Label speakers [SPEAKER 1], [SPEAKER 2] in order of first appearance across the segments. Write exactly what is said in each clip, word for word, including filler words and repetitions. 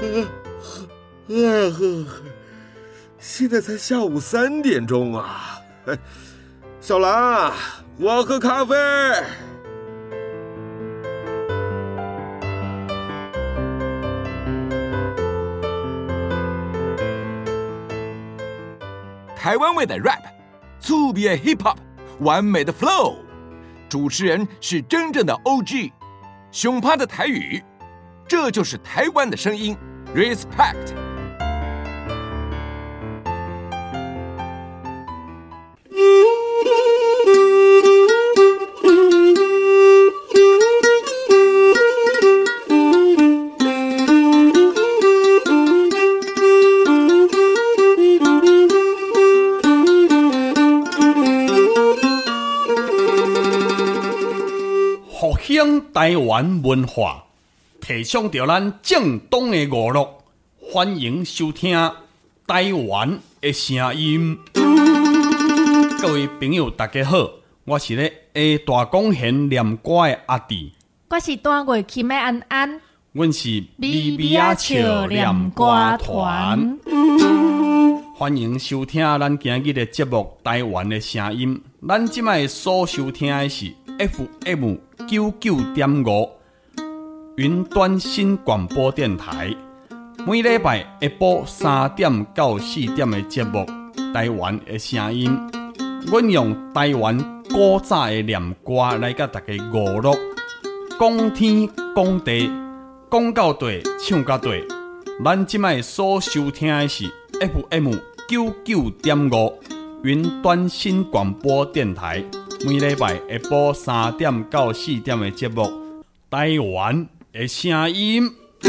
[SPEAKER 1] 呃呵，现在才下午三点钟啊！小兰，我喝咖啡。
[SPEAKER 2] 台湾味的 rap， 粗鄙的 hip hop， 完美的 flow， 主持人是真正的 O G， 凶趴的台语，这就是台湾的声音 ，respect。
[SPEAKER 3] 复兴台湾文化，提倡着咱正统的娱乐，欢迎收听台湾的声音。各位朋友，大家好，我是咧下大公园念歌的阿弟，
[SPEAKER 4] 我是单月琴的安安，
[SPEAKER 3] 阮是
[SPEAKER 4] 咪咪仔笑念歌团。
[SPEAKER 3] 欢迎收听咱今日的节目《台湾的声音》。咱即摆所收听的是 F M 九九点五云端新广播电台，每礼拜下晡三点到四点的节目《台湾的声音》，阮用台湾古早的念歌来甲大家娱乐，讲天讲地，讲到地唱到地。咱即摆所收听的是 F M 九九点五云端新广播电台。每礼拜下晡三点到四点的节目《台湾的声音》，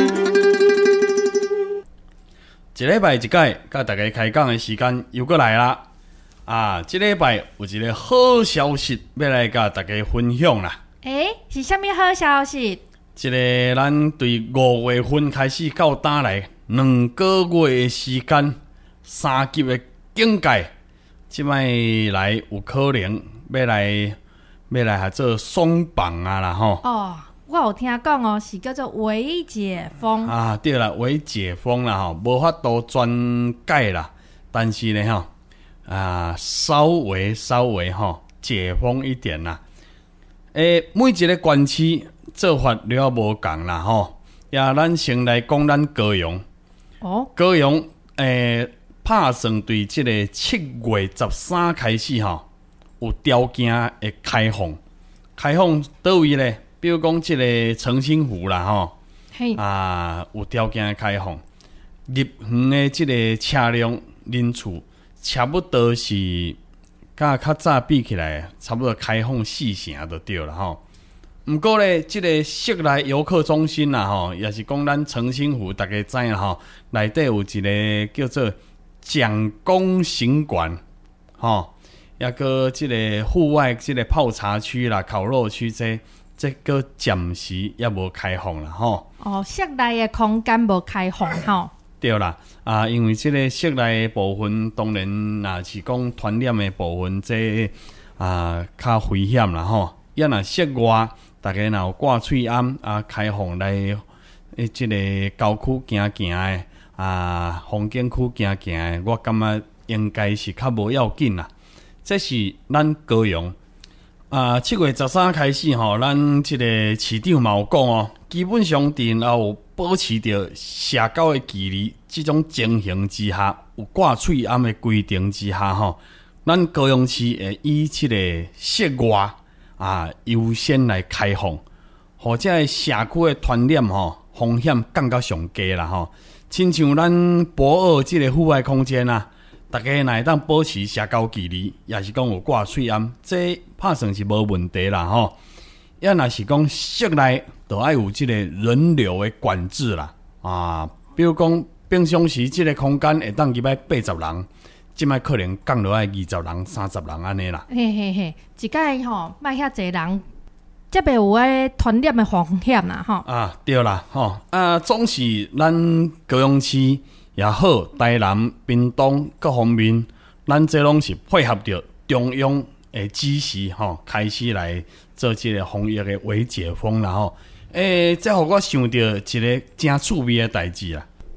[SPEAKER 3] 一礼拜一改，甲大家开讲的时间又过来啦！啊，这礼拜有一个好消息要来甲大家分享啦！
[SPEAKER 4] 诶，是啥物好消息？
[SPEAKER 3] 这个咱对五月份开始到打来两个月的时间，三级的警戒，即摆来有可能。要来要来还做松绑啊啦吼！
[SPEAKER 4] 哦，我有听讲哦，是叫做微解封
[SPEAKER 3] 啊，对啦，微解封啦吼，无法度全解啦，但是呢吼啊，稍微稍微吼解封一点啦。诶，每一个县市做法了无共啦吼，也咱先来讲咱高雄
[SPEAKER 4] 哦，
[SPEAKER 3] 高雄诶，拍算对即个七月十三开始吼。有条件会开放，开放倒位咧？比如讲，即个澄清湖啦，吼，啊，有条件的开放，入园的即个车辆人次，差不多是甲较早比起来，差不多开放四成就对了吼。毋过咧，即个室内游客中心啦，吼，也是讲咱澄清湖，大家知影吼，内底有一个叫做蒋公行馆，吼。抑个即个户外即个泡茶区啦、烤肉区，这这个暂时也无开放啦，吼。
[SPEAKER 4] 哦，室内的空间无开放吼。
[SPEAKER 3] 对啦，啊，因为即个室内的部分，当然若是讲传染的部分，这啊较危险啦，吼。要若室外，大家若有挂喙罨啊，开放来诶，即个郊区行行的啊，风景区行行的，我感觉应该是较无要紧啦。这是咱高雄啊，七月十三开始吼，咱即个市长嘛有讲哦，基本上伫然后保持着社交的距离，这种情形之下，有挂喙罨的规定之下吼，咱高雄市会以即个室外啊优先来开放，或者社区的传染吼风险降到上低啦吼，亲像咱博尔即个户外空间啊。大家若会当保持社交距离，也是讲有挂喙罨，这拍算是无问题啦吼。也若是讲室内，就爱有即个人流的管制啦啊。比如讲平常时即个空间会当入来八十人，即摆可能降落来二十人、三十人安尼啦。
[SPEAKER 4] 嘿嘿嘿，一届吼，莫遐侪人，则袂有诶传染的风险啦吼。
[SPEAKER 3] 啊，对啦吼啊，总是咱高雄市。也好，台南、屏东各方面，咱这拢是配合着中央的指示吼，开始来做这个防疫的微解封啦吼。诶、欸，这互我想到一个真趣味的代志啦。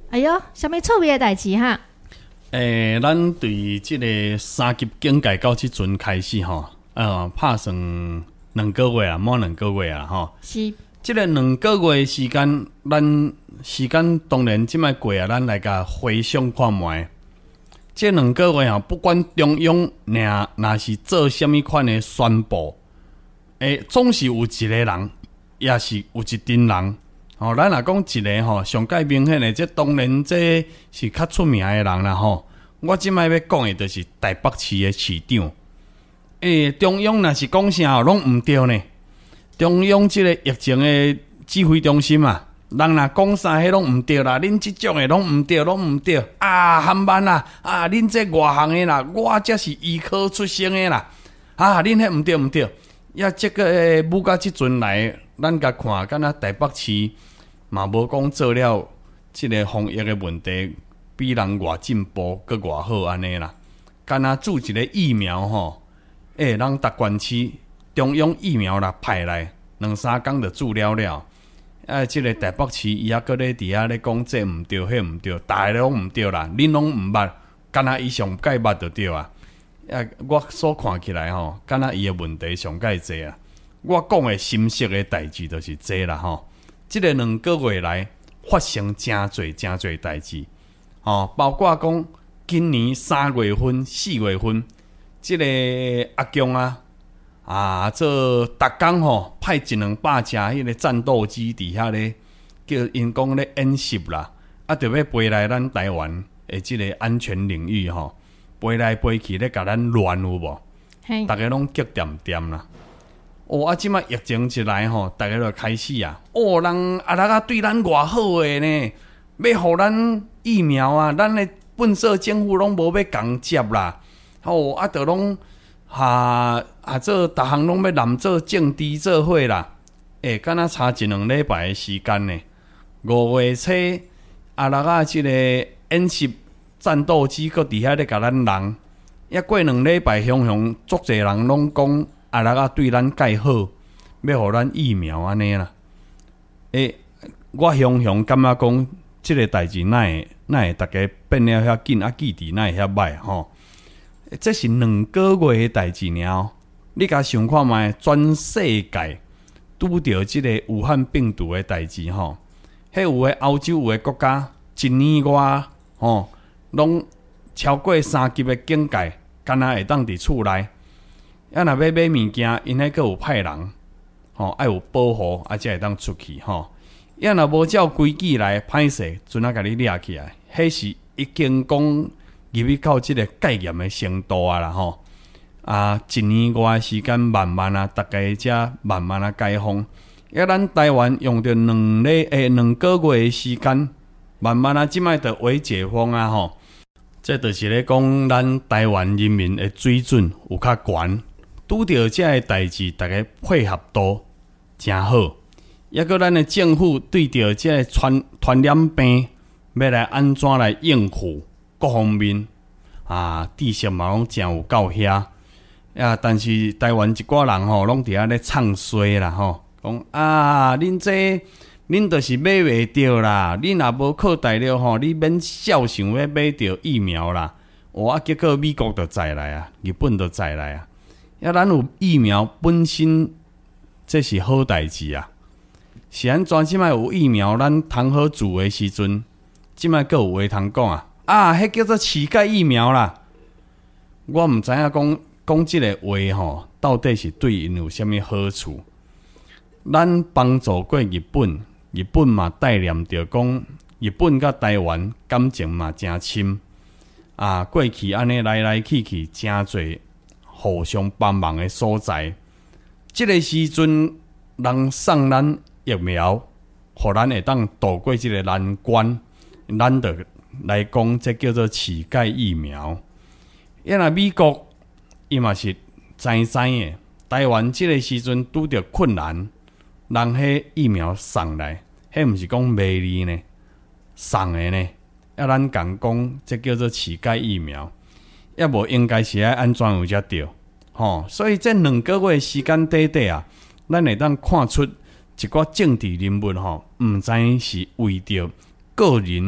[SPEAKER 4] 哎哟，什么趣味的代志哈？
[SPEAKER 3] 诶、欸，咱对即个三级警戒到即阵开始吼，呃，拍算两个月啊，满两个月啊，吼。
[SPEAKER 4] 是。
[SPEAKER 3] 即个两个月的时间，咱时间当然即摆过啊，咱来甲回想看觅。即两个月吼，不管中央若若是做啥物款的宣布，诶，总是有一个人，也是有一群人。吼、哦，咱若讲一个吼，上界明显的，这当然这是较出名的人啦吼。我即摆要讲的，就是台北市的市长。诶，中央若是讲啥，拢毋对呢。中央即个疫情的指挥中心啊，人若讲啥，迄拢毋对啦。恁即种的拢毋对，拢毋对啊！含慢啦，啊，恁这外行的啦，我这是医科出身的啦，啊，恁迄毋对毋对。呀，这个舞到即阵来，咱甲看，敢若台北市。嘛无讲做了即个防疫的问题比人外进步搁外好安尼啦，敢若注一个疫苗吼，诶、欸，人达县市中央疫苗啦派来，两三工就注了了。啊，即、这个台北市伊还搁咧伫遐咧讲这毋对，迄毋对，逐个拢毋对啦，恁拢毋捌，敢若伊上界捌就对啊。啊，我所看起来吼，敢若伊的问题上界济啊。我讲的深色的代志就是这啦吼。即个两个月来发生真侪真侪代志，哦，包括讲今年三月份、四月份，即、這个阿强啊，啊，做逐工吼派一两百只迄个战斗机伫遐咧，叫因讲咧演习啦，啊，着要飞来咱台湾的即个安全领域吼，飞来飞去咧，甲咱乱有无？大家拢激点点啦。哦，啊！即摆疫情一来吼，大家就开始啊。哦，人啊，人啊对咱偌好诶呢，要互咱疫苗啊，咱诶本色政府拢无要共接啦。哦，啊，着拢哈啊，做逐项拢要揽做政治做伙啦。诶、欸，敢若差一两礼拜诶时间呢。五月初，啊，人啊，即个演习战斗机搁伫遐咧甲咱人，抑过两礼拜，雄雄足侪人拢讲。啊，人啊对咱介好，要互咱疫苗安尼啦。诶、欸，我雄雄感觉讲，即个代志哪会哪会大家变了遐紧，啊记伫哪会遐歹吼？这是两个月的代志尔。你甲想看觅，全世界拄着即个武汉病毒的代志吼，迄有诶欧洲有诶国家一年外吼，拢超过三级的警戒，敢若会当伫厝内。啊，若要买物件，因迄个有派人，吼、哦，爱有保护，啊，才会当出去，吼、哦。啊，若无照规矩来，歹势，阵啊，甲你掠起来，迄是已经讲入去到即个戒严的程度啊啦，吼。啊，一年外的时间，慢慢啊，大家才慢慢啊解封。啊，咱台湾用着两礼诶两个月的时间，慢慢啊，即摆着微解封啊，吼。这就是咧讲，咱台湾人民的水准有较悬。拄着这个代志，大家配合度真好。抑个咱的政府对着这个传传染病，要来安怎来应付各方面啊？知识嘛拢真有够遐啊！但是台湾一寡人吼，拢伫遐咧唱衰啦吼，讲啊，恁这恁就是买袂着啦，恁若无靠大了吼，你免笑想要买着疫苗啦。哦啊，结果美国就再来啊，日本就再来啊。啊，咱有疫苗本身，这是好代志啊。是安怎即摆有疫苗，咱通好做的时阵，即摆阁有话通讲啊。啊，迄叫做乞丐疫苗啦。我毋知影讲讲即个话吼，到底是对因有啥物好处？咱帮助过日本，日本嘛带念着讲，日本甲台湾感情嘛真深啊。过去安尼来来去去，真侪。互相帮忙的所在，即、這個時陣，人送咱疫苗，互咱會當渡過即個難關。咱就來講，這叫做乞丐疫苗。因為美國伊嘛是知知的，台灣即個時陣拄着困難，人迄疫苗送來，迄毋是講賣你呢，送的呢。啊，咱講講，這叫做乞丐疫苗。也無應該是愛安怎有才對，吼、哦，所以這兩個月時間短短啊，咱會當看出一寡政治人物吼，毋知是為着個人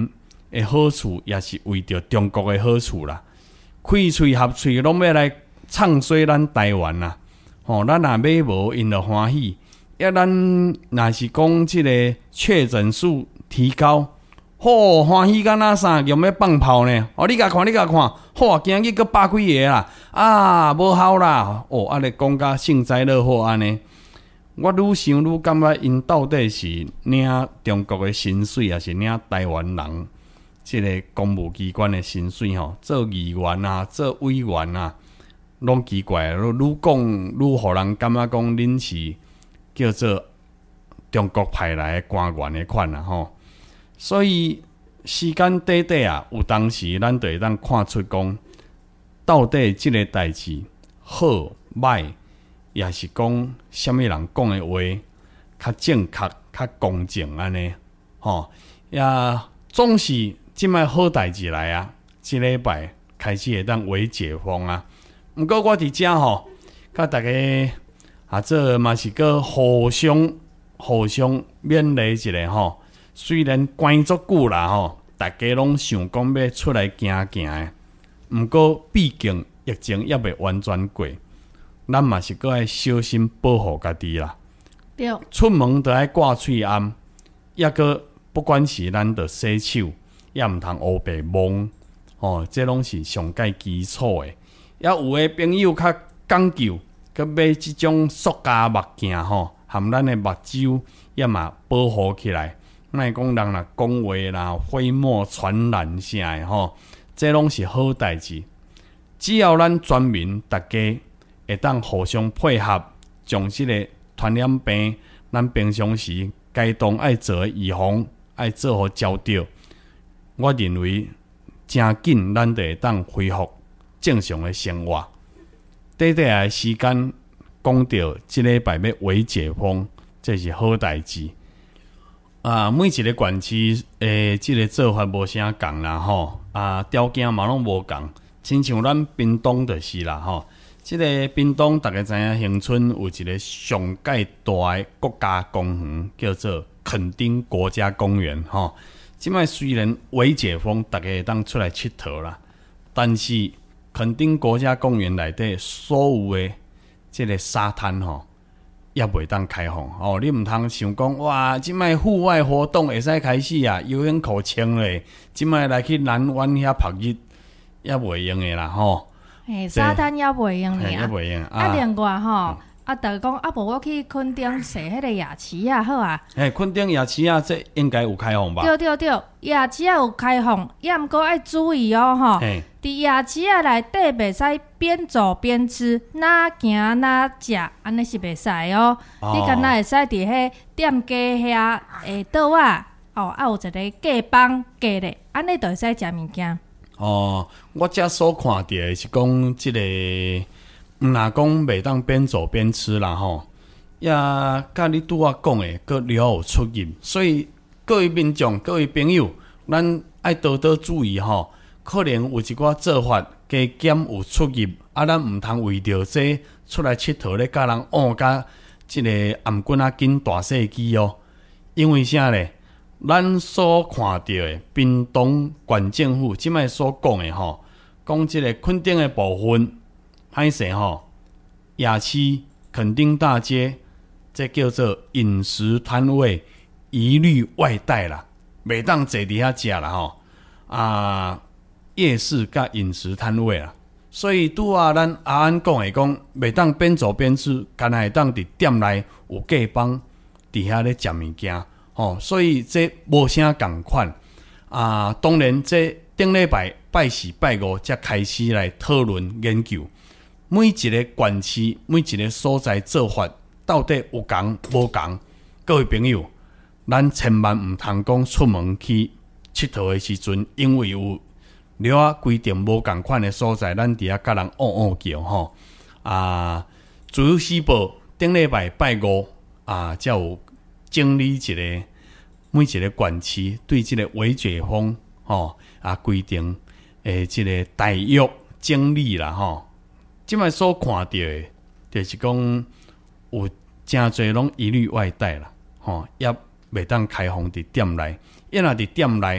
[SPEAKER 3] 的好处，也是为着中国的好处啦。开喙合喙，拢要来唱衰咱台湾啦。吼、哦，咱若买无，因就欢喜。要咱若是讲即个确诊数提高，好欢喜干那啥，用要放炮呢？哦，你甲看，你甲看，好啊，今日个百几个啦，啊，无效啦。哦，安尼讲甲幸灾乐祸安尼。我愈想愈感觉，因到底是领中国的薪水，还是领台湾人即个公务机关的薪水？吼，做议员啊，做委员啊，拢奇怪，愈讲愈互人感觉讲恁是叫做中国派来的官员的款啊，吼。所以时间短短啊，有当时咱就会当看出讲，到底即个代志好歹。也是讲什么人讲的话较正确、较公正安尼，吼，也总是即摆好代志来啊！即礼拜开始会当微解封啊。毋过我伫遮吼，甲大家啊，这嘛是个互相互相勉励一下吼。虽然关足久啦吼，大家拢想讲要出来行行的，毋过毕竟疫情也未完全过。咱嘛是搁爱小心保护家己啦。
[SPEAKER 4] 对，
[SPEAKER 3] 出门都爱挂喙罨，抑搁不管是咱着洗手，也毋通乌白摸，哦，这拢是上界基础的。也有诶朋友较讲究，搁买即种塑胶目镜吼，含咱诶目睭也嘛保护起来。莫讲人若讲话啦，飞沫传染啥诶吼，这拢是好代志。只要咱全民大家会当互相配合，将即个传染病，咱平常时该当爱做的预防，爱做好照着。我认为真紧，咱就会当恢复正常的生活。短短的时间讲到即礼拜要微解封，这是好代志。啊，每一个县市诶，即个做法无啥共啦吼，啊，条件嘛拢无共，亲像咱屏东就是啦吼。即个屏东，大家知影恒春有一个上界大的国家公园，叫做垦丁国家公园吼。即摆虽然微解封，大家会当出来佚佗啦，但是垦丁国家公园内底所有的即个沙滩吼，也袂当开放哦。你毋通想讲哇，即摆户外活动会使开始啊，游泳裤穿咧，即摆来去南湾遐曝日也袂用的啦吼。
[SPEAKER 4] 嘿，沙滩也袂用呢，
[SPEAKER 3] 也袂用
[SPEAKER 4] 啊。另外吼，啊，逐个讲啊，无我去垦丁踅迄个夜市啊，好啊。
[SPEAKER 3] 嘿，垦丁夜市啊，这应该有开放吧？
[SPEAKER 4] 对对对，夜市啊有开放，也毋过爱注意哦，吼。伫夜市啊内底袂使边走边吃，哪行哪食，安尼是袂使哦。哦你敢若会使伫迄店家遐诶桌啊，哦，啊有一个架帮架咧，安尼就会使食物件。
[SPEAKER 3] 哦，我遮所看到的是讲，即、这个毋若讲袂当边走边吃啦吼，也甲你拄仔讲的，佫了有出入，所以各位民众、各位朋友，咱爱多多注意吼。可能有一寡做法加减有出入，啊，咱毋通为着这出来佚佗咧，甲人恶甲即个颔棍仔紧大细机哦，因为啥咧？咱所看到的屏东县政府即摆所讲的吼，讲即个垦丁的部分，歹势吼，夜市垦丁大街，这叫做饮食摊位，一律外带啦，袂当坐伫遐食啦吼。啊，夜市甲饮食摊位啦，所以拄啊，咱阿安讲的讲，袂当边走边吃，干会当伫店内有架帮伫遐咧食物件。哦，所以这无啥共款啊！当然，这顶礼拜拜四拜五才开始来讨论研究，每一个县市、每一个所在做法到底有共无共？各位朋友，咱千万毋通讲出门去佚佗的时阵，因为有了啊规定无共款的所在，咱伫遐甲人嗷嗷叫吼啊！自由时报顶礼拜拜五啊，才有整理一个。每一个县市对这个微解封吼啊规定诶，这个大约整理啦吼，即摆所看到的，就是讲有真侪拢一律外带啦吼，也袂当开放伫店内，因若伫店内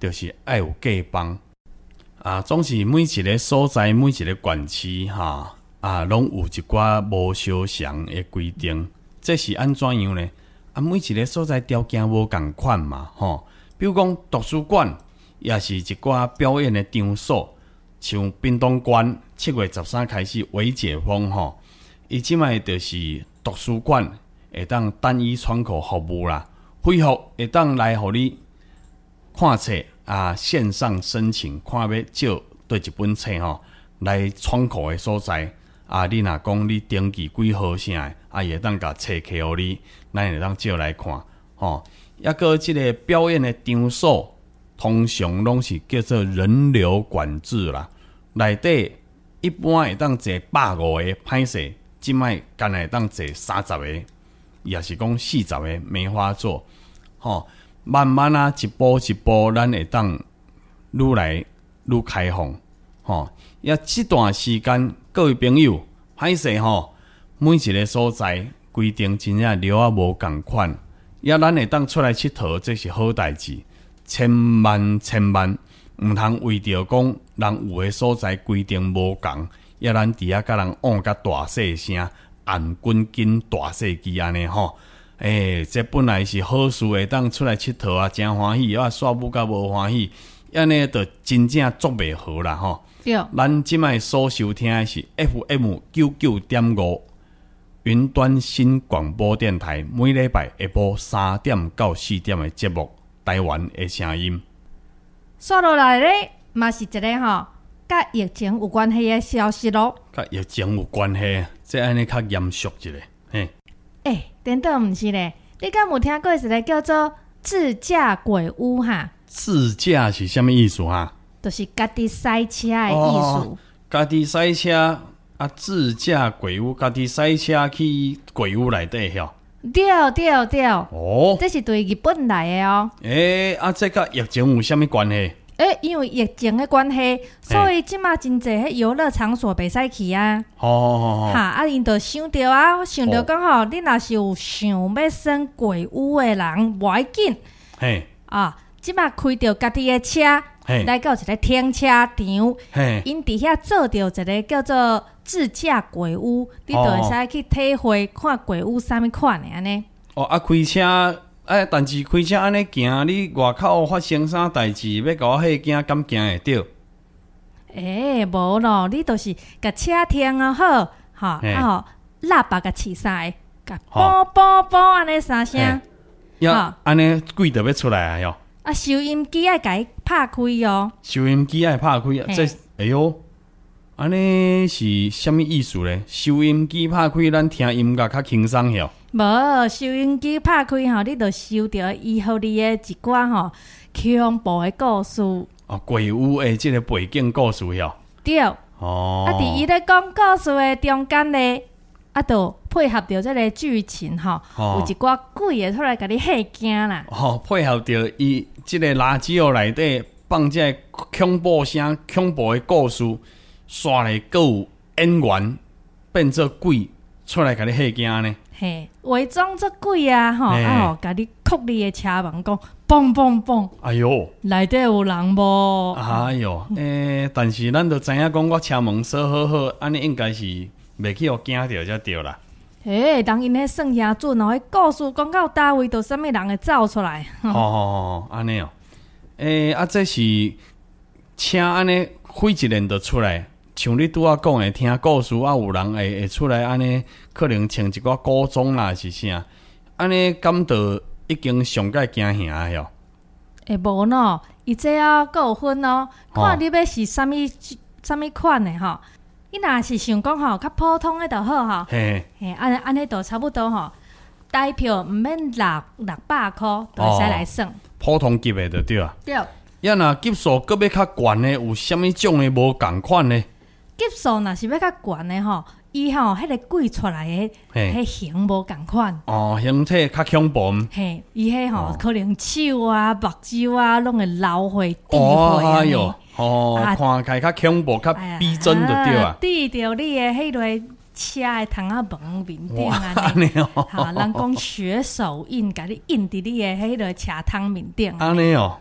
[SPEAKER 3] 就是爱有假帮啊，总是每一个所在、每一个县市哈啊，拢有一寡无相同的规定。这是安怎样呢？啊，每一个所在条件无共款嘛，吼。比如讲图书馆，也是一寡表演的场所，像屏东县七月十三开始微解封吼，伊即卖就是图书馆会当单一窗口服务啦，恢复会当来互你看册啊，线上申请看要借对一本册吼，来窗口的所在啊，你若讲你登记几号啥的，啊，会当甲册摕互你，咱会当借来看吼。抑个即个表演的场所，通常拢是叫做人流管制啦，内底一般会当坐百五个，歹势，即摆干会当坐三十个，也是讲四十个没法做，吼。慢慢啊，一步一步，咱会当愈来愈开放，吼。也即段时间，各位朋友，歹势吼，每一个所在规定真正了啊无共款。也咱会当出来佚佗，这是好代志。千万千万毋通为着讲人有诶所在规定无共，也咱伫遐甲人按甲大细声，按滚筋大细机安尼吼。诶、欸，这本来是好事，会当出来佚佗啊，真欢喜啊，煞母甲无欢喜，安尼就真正做袂好啦吼。
[SPEAKER 4] 对，
[SPEAKER 3] 咱即摆所收听诶是 F M 九九点五。云端新广播电台每礼拜下晡三点到四点的节目，台湾的声音。
[SPEAKER 4] 刷落来咧，嘛是一个吼，甲疫情有关系的消息咯。
[SPEAKER 3] 甲疫情有关系，这安尼较严肃一个。嘿，
[SPEAKER 4] 诶，等等，毋是咧，你敢有听过一个叫做自驾鬼屋哈？
[SPEAKER 3] 自驾是啥物意思哈？
[SPEAKER 4] 就是家己塞车的意思。
[SPEAKER 3] 家己塞车。啊！自驾鬼屋，家己塞车去鬼屋内底晓？
[SPEAKER 4] 对对对，
[SPEAKER 3] 哦，
[SPEAKER 4] 这是对日本来的哦。
[SPEAKER 3] 诶、欸，啊，这甲疫情有啥物关系？
[SPEAKER 4] 诶、欸，因为疫情的关系，所以即马真侪迄游乐场所袂使去啊。
[SPEAKER 3] 好好好，
[SPEAKER 4] 哈，啊，因就想着啊，想着讲吼，你若是有想要升鬼屋的人，无要紧。
[SPEAKER 3] 嘿，
[SPEAKER 4] 啊，即马开着家己的车，来到一个停车场，因伫遐做着一个叫做自驾鬼屋，你就会使去体会看鬼屋啥物款的安尼。
[SPEAKER 3] 哦，啊，开车，哎，但是开车安尼行，你外口发生啥代志，要甲我吓惊，敢行会着？
[SPEAKER 4] 诶、欸，无咯，你就是甲车停啊好，吼，啊吼，喇叭甲试晒，甲啵啵啵安尼三声，
[SPEAKER 3] 呀，安尼鬼就要出来啊哟！
[SPEAKER 4] 啊，收音机爱甲伊拍开哦。
[SPEAKER 3] 收音机爱拍开，这哎哟，安尼是啥物意思咧？收音机拍开，咱听音乐较轻松哟。
[SPEAKER 4] 无，收音机拍开吼，你就收着伊互你的一寡吼恐怖的故事。
[SPEAKER 3] 哦，鬼屋的即个背景故事哟。
[SPEAKER 4] 对。
[SPEAKER 3] 哦。
[SPEAKER 4] 啊，伫伊咧讲故事的中间咧，啊，就配合着这个剧情吼，哦、有一寡鬼会出来甲你吓惊啦。
[SPEAKER 3] 哦，配合着伊。即个垃圾盒内底放即个恐怖声、恐怖的故事，刷来阁有演员变做鬼出来，甲你吓惊呢？
[SPEAKER 4] 嘿，伪装做鬼啊！吼，啊吼，甲你哭你的车门讲，嘣嘣嘣！
[SPEAKER 3] 哎哟，
[SPEAKER 4] 内底有人无？
[SPEAKER 3] 哎哟，诶、欸，但是咱都知影讲，我车门锁好好，安尼应该是袂去互惊着才对啦。
[SPEAKER 4] 诶、欸，人因迄算遐准哦，迄故事讲到倒位，就啥物人会走出来？
[SPEAKER 3] 哦哦哦，安尼哦。诶、欸，啊，这是车安尼飞一轮就出来，像你拄仔讲的，听故事啊，有人会会出来安尼，可能穿一寡古装啦是啥，安尼感到已经上界惊吓哟。
[SPEAKER 4] 诶、欸，无喏，伊这啊阁有分哦，看你要是啥物啥物款的吼。你若是想讲吼，较普通的就好吼，嘿，嘿，安安尼就差不多吼，台票毋免六六百箍，就会使来算。哦、
[SPEAKER 3] 普通级的就对啊。
[SPEAKER 4] 对。
[SPEAKER 3] 要若级数搁要较悬的，有啥物种的无共款呢？
[SPEAKER 4] 级数若是要较悬的吼，伊吼迄个鬼出来的，迄形无共款。
[SPEAKER 3] 哦，形体较恐怖。
[SPEAKER 4] 嘿，伊迄吼、哦、可能手啊、目睭啊，拢会流血、滴血
[SPEAKER 3] 安尼。哦，啊、看起来较恐怖、较逼真就对啊！
[SPEAKER 4] 滴着你的迄个车的窗仔门面顶安尼，哈，人讲血手印，甲你印伫你的迄个车窗面顶。
[SPEAKER 3] 安尼哦，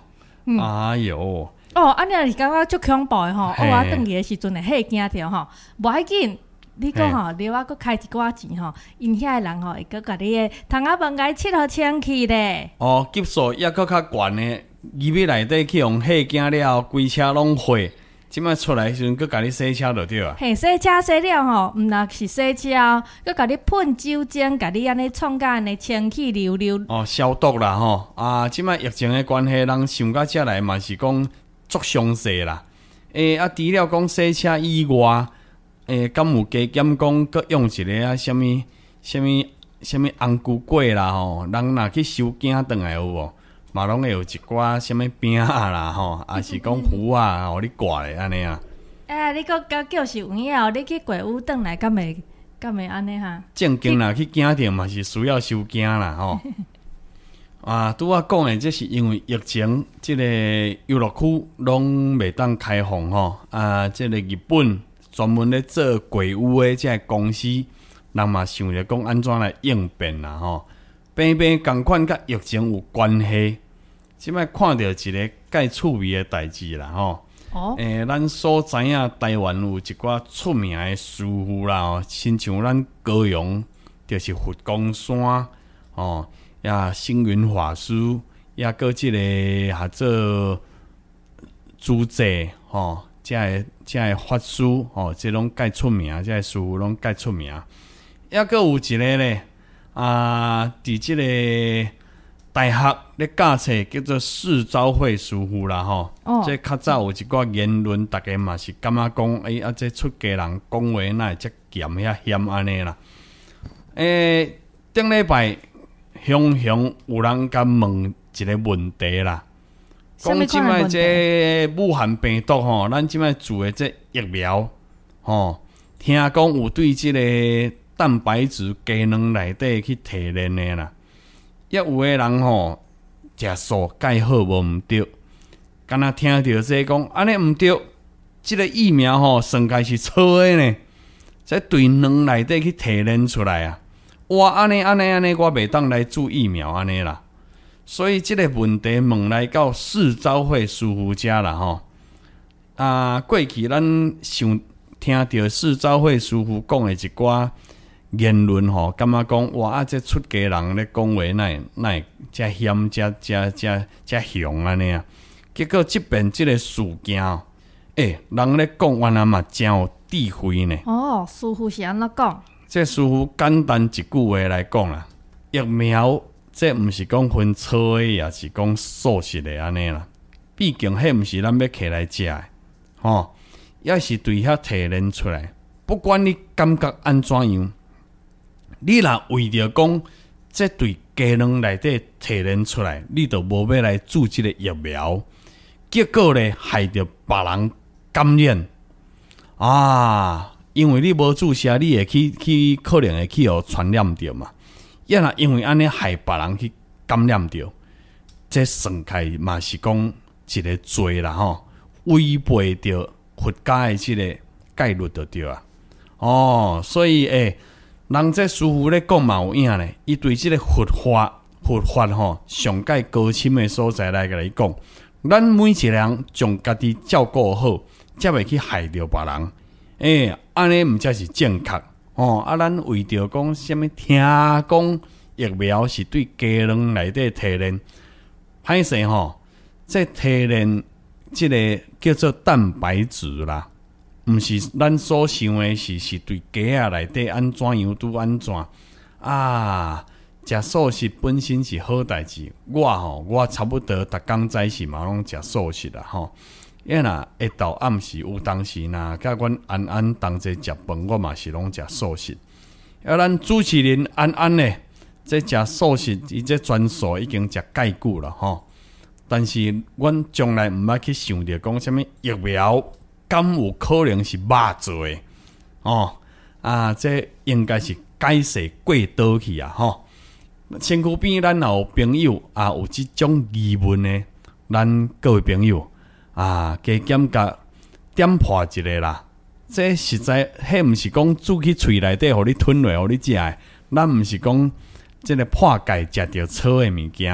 [SPEAKER 4] 嗯、
[SPEAKER 3] 哎哟！
[SPEAKER 4] 哦，安尼是感觉足恐怖的吼！我啊，转去的时阵会吓惊着吼，无要紧。你讲吼，另外佫开一寡钱吼，因遐个人吼会佫甲你诶窗仔门甲佚佗清气咧。
[SPEAKER 3] 哦，级数抑佫较悬诶，入去内底去用吓惊了后，规车拢血。即摆出来时阵，佫甲你洗车就对啊。
[SPEAKER 4] 嘿，洗车洗了吼，毋若是洗车哦，佫甲你喷酒精，甲你安尼创甲安尼清气溜溜。哦，
[SPEAKER 3] 消毒啦吼。啊，即摆疫情诶关系，人想到遮来嘛是讲足详细啦。诶、欸，啊，除了讲洗车以外，诶、欸，敢有加减讲，佫用一个啊，什物什物什物红菇粿啦吼，人若去收件转来有无？嘛拢会有一寡什物饼啊啦吼，还是讲糊啊，互你挂咧安尼啊。
[SPEAKER 4] 哎，你佫甲叫是有影哦，你去鬼屋转来，敢袂敢袂安尼哈？
[SPEAKER 3] 正经啦，去检店嘛是需要收件啦吼。啊，拄仔讲诶，这是因为疫情，即、這个游乐区拢袂当开放吼。啊，即、這個日本专门咧做鬼屋诶，即个公司，人嘛想着讲安怎来应变啦吼。偏偏共款甲疫情有关系。即摆看到一个介趣味的代志啦吼，哦，诶、欸，咱所知影台湾有一寡出名的师傅啦，吼，亲像咱高雄就是佛光山，哦，呀星云法师，也搁即个合做主祭，吼，即个即个法师，吼，即拢介出名，即个师傅拢介出名，也搁有一个咧，啊，伫即个。大学咧教册叫做世昭会师傅啦吼，哦、这较早有一寡言论，大家嘛是感觉讲，诶、欸、啊，这出家人讲话哪会遮咸遐险安尼啦？诶、欸，顶礼拜雄雄有人甲问一个问题啦，讲即摆这武汉病毒吼，咱即摆做的这疫苗吼，听讲有对即个蛋白质机能内底去提炼的啦。也有个人吼，食素介好无毋对，敢若听到这讲安尼毋对，即、這个疫苗吼，算该是错的呢。在对卵内底去提炼出来啊，哇，安尼安尼安尼，我袂当来注疫苗安尼啦。所以即个问题问来到世昭会师傅家啦吼。啊，过去咱想听到世昭会师傅讲的一寡。言论吼，感觉讲哇啊，这出家人咧讲话，哪会哪会遮险、遮遮遮遮凶安尼啊？结果即边即个事件，诶、欸，人咧讲原来嘛真有智慧呢。
[SPEAKER 4] 哦，师傅是安怎讲？
[SPEAKER 3] 这师傅简单一句话来讲啦，疫苗这毋是讲分错的，也是讲素食的安尼啦。毕竟迄毋是咱要起来食的，吼，也是对遐提炼出来。不管你感觉安怎样。你若为着讲，这对机能内底提炼出来，你就无要来注即个疫苗，结果咧害着别人感染啊！因为你无注射，你会去去可能会去互传染着嘛。也若因为安尼害别人去感染着，这算起嘛是讲一个罪啦吼，违背着佛家的即个戒律就对啊。哦，所以诶。欸人这师傅咧讲嘛有影咧，伊对即个佛法、佛法吼上界高深的所在来甲你讲，咱每一个人将家己照顾好，才袂去害着别人。诶、欸，安尼毋才是正确吼。啊，咱为着讲什么听讲疫苗是对机能内底提炼，歹势吼，这提炼即个叫做蛋白质啦。毋是咱所想的是是对鸡仔内底安怎样拄安怎啊？食素食本身是好代志，我吼我差不多逐工早时嘛拢食素食啦吼。因若下昼暗时有当时若甲阮安安同齐食饭，我嘛是拢食素食。啊，咱主持人安安呢，这食素食伊这专属已经食介久了吼。但是阮从来毋捌去想着讲什么疫苗。敢有可能是肉做的哦？啊，这应该是解释过倒去啊！吼，身躯边咱有朋友啊，有即种疑问的，咱各位朋友啊，加减甲点破一个啦。这实在迄毋是讲煮去喙内底，互你吞落，互你食的。咱毋是讲即个破戒食着错的物件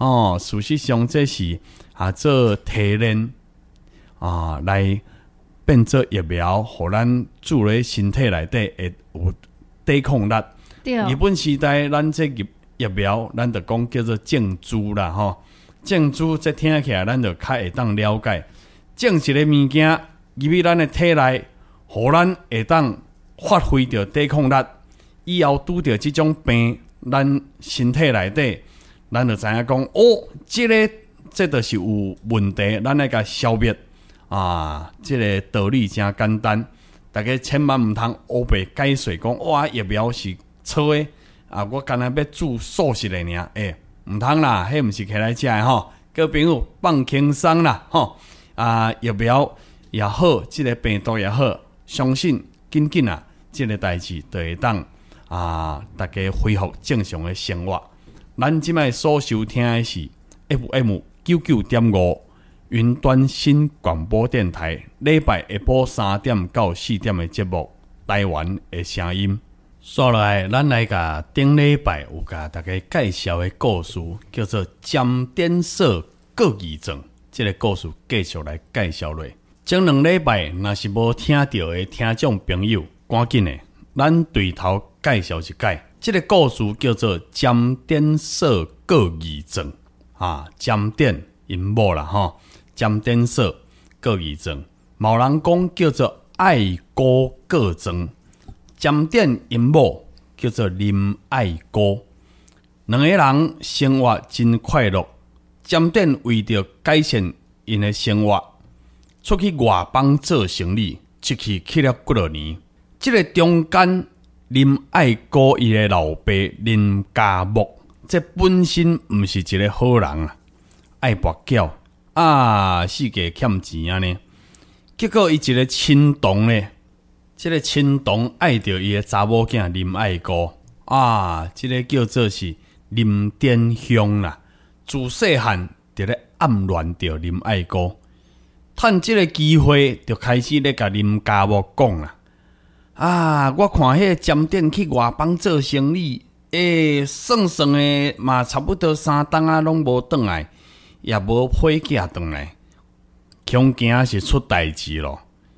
[SPEAKER 3] 哦，事实上这是啊做提炼啊来变做疫苗，互咱注入身体内底会有抵抗力。日本时代，咱这疫疫苗，咱就讲叫做种猪啦，吼。种猪这听起来，咱就较会当了解。种一个物件入去咱的体内，互咱会当发挥着抵抗力。以后拄着这种病，咱身体内底，咱就知影讲，哦，这个这就是有问题，咱来甲消灭啊！这个道理真简单，大家千万唔通乌白解说讲，哇，疫苗是错的啊！我干那要注素食的尔，诶，唔通啦，迄唔是起来食的吼。各位朋友放轻松啦，吼啊！疫苗也好，这个病毒也好，相信紧紧啊，这个代志就会当。啊！大家恢复正常的生活。咱即摆所收听的是 F M 九九点五云端新广播电台，礼拜下晡三点到四点的节目《台湾的声音》。说来，咱来甲顶礼拜有甲大家介绍的故事，叫做尖点色各异症。这个故事继续来介绍落。前两礼拜若是无听到的听众朋友，赶紧的，咱对头。介绍一介，这个故事叫做尖点色各异症啊，尖点因某啦吼，尖点色各异症，某人讲叫做爱孤各症，尖点因某叫做林爱孤，两个人生活真快乐，尖点为着改善因的生活，出去外邦做生意，一去去了几多年，这个中间。林爱孤伊的老爸林家木，这本身毋是一个好人啊，爱跋筊啊，世界欠钱啊呢。结果伊一个亲同呢，这个亲同爱着伊的查某囝林爱孤啊，这个叫做是林典香啦。自细汉就咧暗恋着林爱孤，趁这个机会就开始咧甲林家木讲啦。啊！我看迄个尖点去外邦做生意，诶，算算诶嘛，差不多三档啊，拢无转来，也无配价转来，恐惊是出代志咯。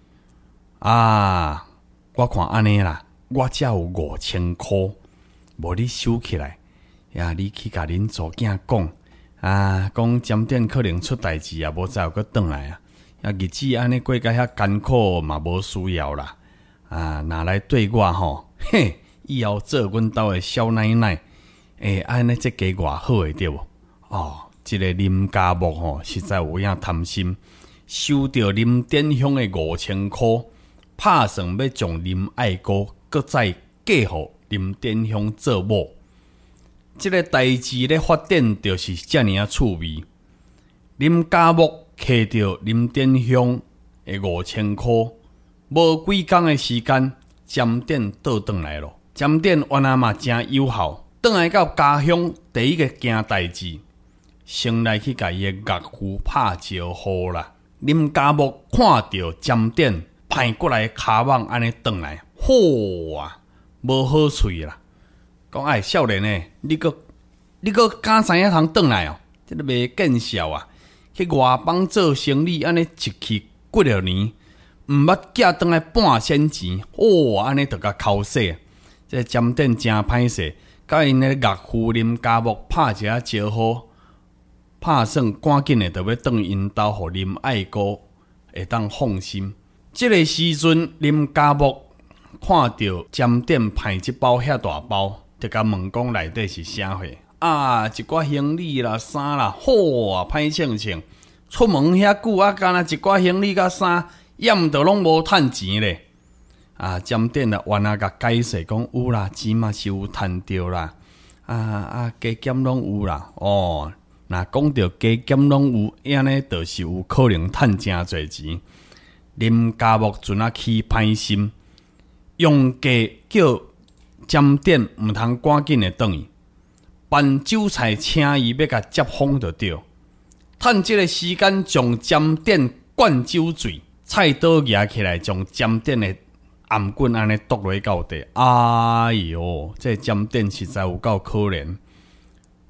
[SPEAKER 3] 啊！我看安尼啦，我只有五千箍，无你收起来，呀，你去甲恁祖囝讲，啊，讲尖点可能出代志，也无再有个转来啊，呀，日子安尼过甲遐艰苦嘛，无需要啦。啊，拿来对我吼，嘿，以后做阮兜的小奶奶，诶、欸，安尼这价偌好诶对无？哦，这个林家木吼，实在有影贪心，收到林典香的五千箍，拍算要将林爱孤，搁再嫁互林典香做某。这个代志咧发展就是遮尔啊趣味。林家木摕到林典香的五千箍。无几工的时间，尖点倒转来咯。尖点原来嘛真有效，转来到家乡第一个件代志，先来去甲伊的岳父拍招呼啦。林家木看到尖点派过来卡网安尼转来，好啊，无好喙啦。讲哎，少年诶，你个你个敢知影通转来哦？这个袂见笑啊！去外邦做生意，安尼一去几多年。毋捌寄转来半仙钱，哦，安尼着甲哭死。这尖点真歹势，甲因的岳父林家木拍一下招呼，拍算赶紧的着要转因兜，互林爱孤会当放心。这个时阵，林家木看到尖点派一包遐大包，就甲问讲内底是啥货啊？一寡行李啦、衫啦，好啊，歹穿穿。出门遐久啊，干那一寡行李甲衫。验着拢无趁钱咧，啊！尖点啊，原来甲解释讲有啦，钱嘛是有趁着啦，啊啊，加减拢有啦，哦，若讲着加减拢有，安尼就是有可能趁真侪钱。林家木阵啊起歹心，用计叫尖点毋通赶紧的转去，办酒菜请伊要甲接风就对，趁即个时间将尖点灌酒醉。菜刀举起来，将尖点的颔棍安尼剁落到地。哎哟，这尖点实在有够可怜。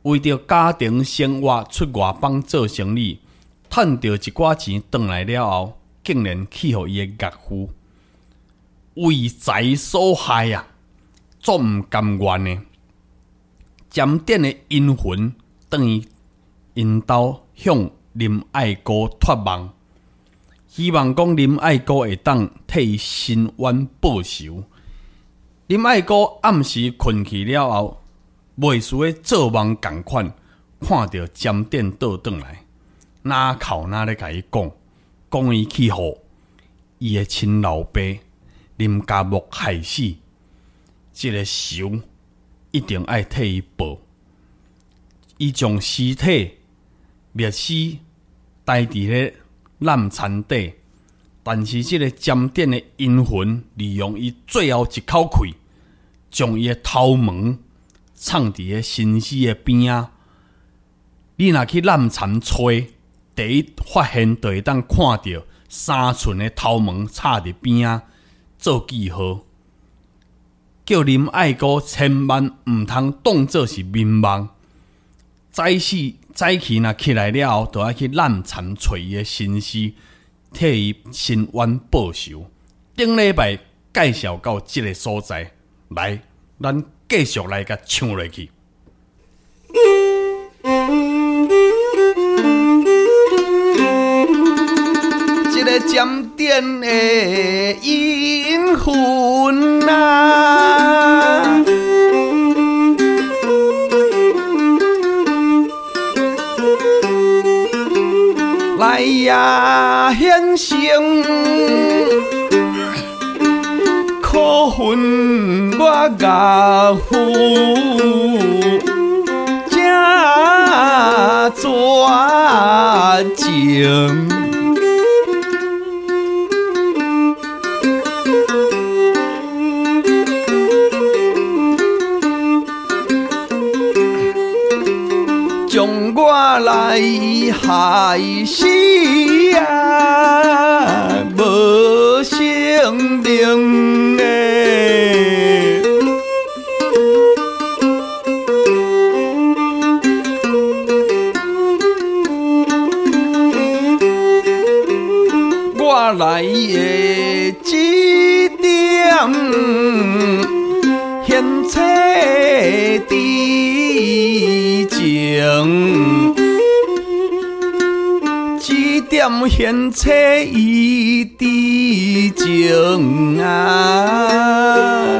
[SPEAKER 3] 为着家庭生活出外帮做生意，赚到一寡钱回来了后，竟然去互伊的岳父为财所害啊！足毋甘愿呢。占点的阴魂等于因兜向林爱姑托梦，希望讲林爱姑会当替伊伸冤报仇。林爱姑暗时困去了后，袂输诶做梦共款，看到占点倒转来，哪哭哪咧甲伊讲，讲伊去互伊诶亲老爸林家木害死，即个仇一定爱替伊报。伊将尸体灭尸待伫咧烂田底，但是即个占点的阴魂利用伊最后一口气，将伊的头毛藏伫咧新尸的边仔。你若去烂田吹，第一发现就会当看到三寸的头毛插伫边仔做记号，叫林爱姑千万毋通当作是眠梦。早起早起若起来了后，就要去烂田找伊的新尸，替伊伸冤报仇。顶礼拜介绍到即个所在，来，咱继续来甲唱落去。这个占点的阴魂啊！来呀，现身，可恨我岳父这绝情。将我来害死啊，无生命诶！我来的这点献切的情，这点献切伊的情啊！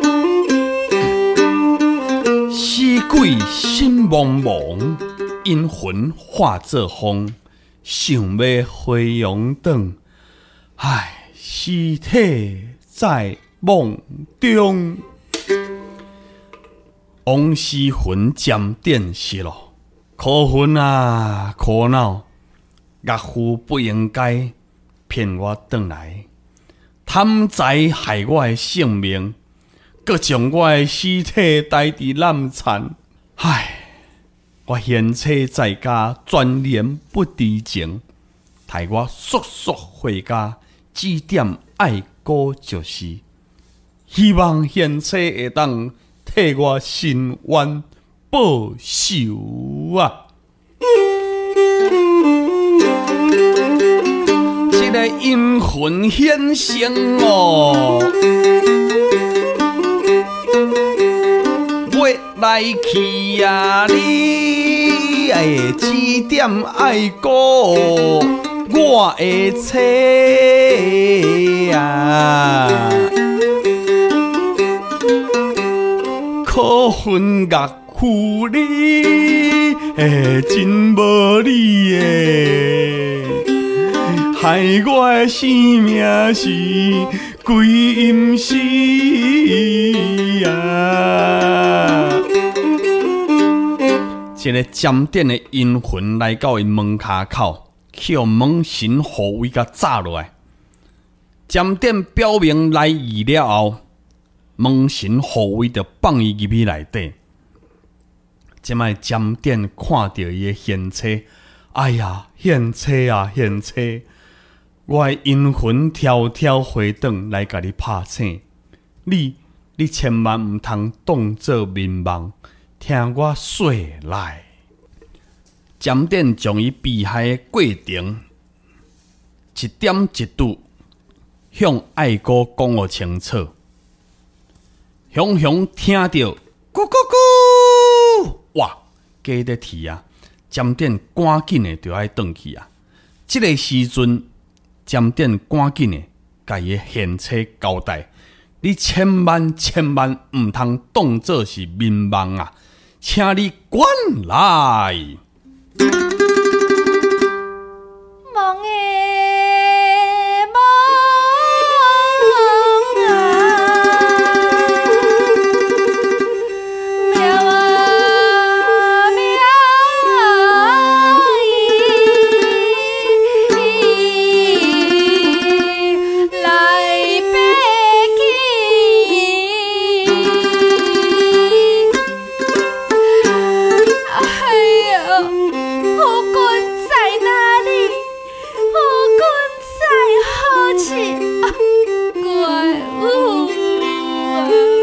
[SPEAKER 3] 死鬼心茫茫，阴魂化作风，想要回阳转，唉，尸体在梦中。往事魂占点失咯，可恨啊，苦恼！岳父不应该骗我转来，贪财害我的性命，搁将我的尸体带伫烂田。唉，我贤妻在家，专念不知情，待我速速回家，指点爱姑就是。希望贤妻会当替我伸冤报仇啊！这个阴魂现身哦，要来去啊！你会指点爱过我的妻啊！可恨岳父你，哎，真无理诶！害我的生命是归阴死啊！一个占点的阴魂来到因门骹口，去互门神护卫甲炸落来。占点表明来意了后，门神护卫就放伊入去内底。即摆占点看到伊的贤妻，哎呀，贤妻啊，贤妻！我的阴魂条条回转来甲你拍醒，你你千万毋通当作眠梦， 听我说来。检点将伊被害的过程一点一度向爱哥讲个清楚。雄雄听到咕咕咕，哇，加伫啼啊！检点赶紧的就爱转去啊！即、這个时阵，检点赶紧的甲伊现车交代，你千万千万毋通当作是民望啊！请你滚来！
[SPEAKER 4] 梦诶梦啊，喵啊喵咦，来北京，哎呀，夫君在哪里？夫君在何处？啊，怪物啊！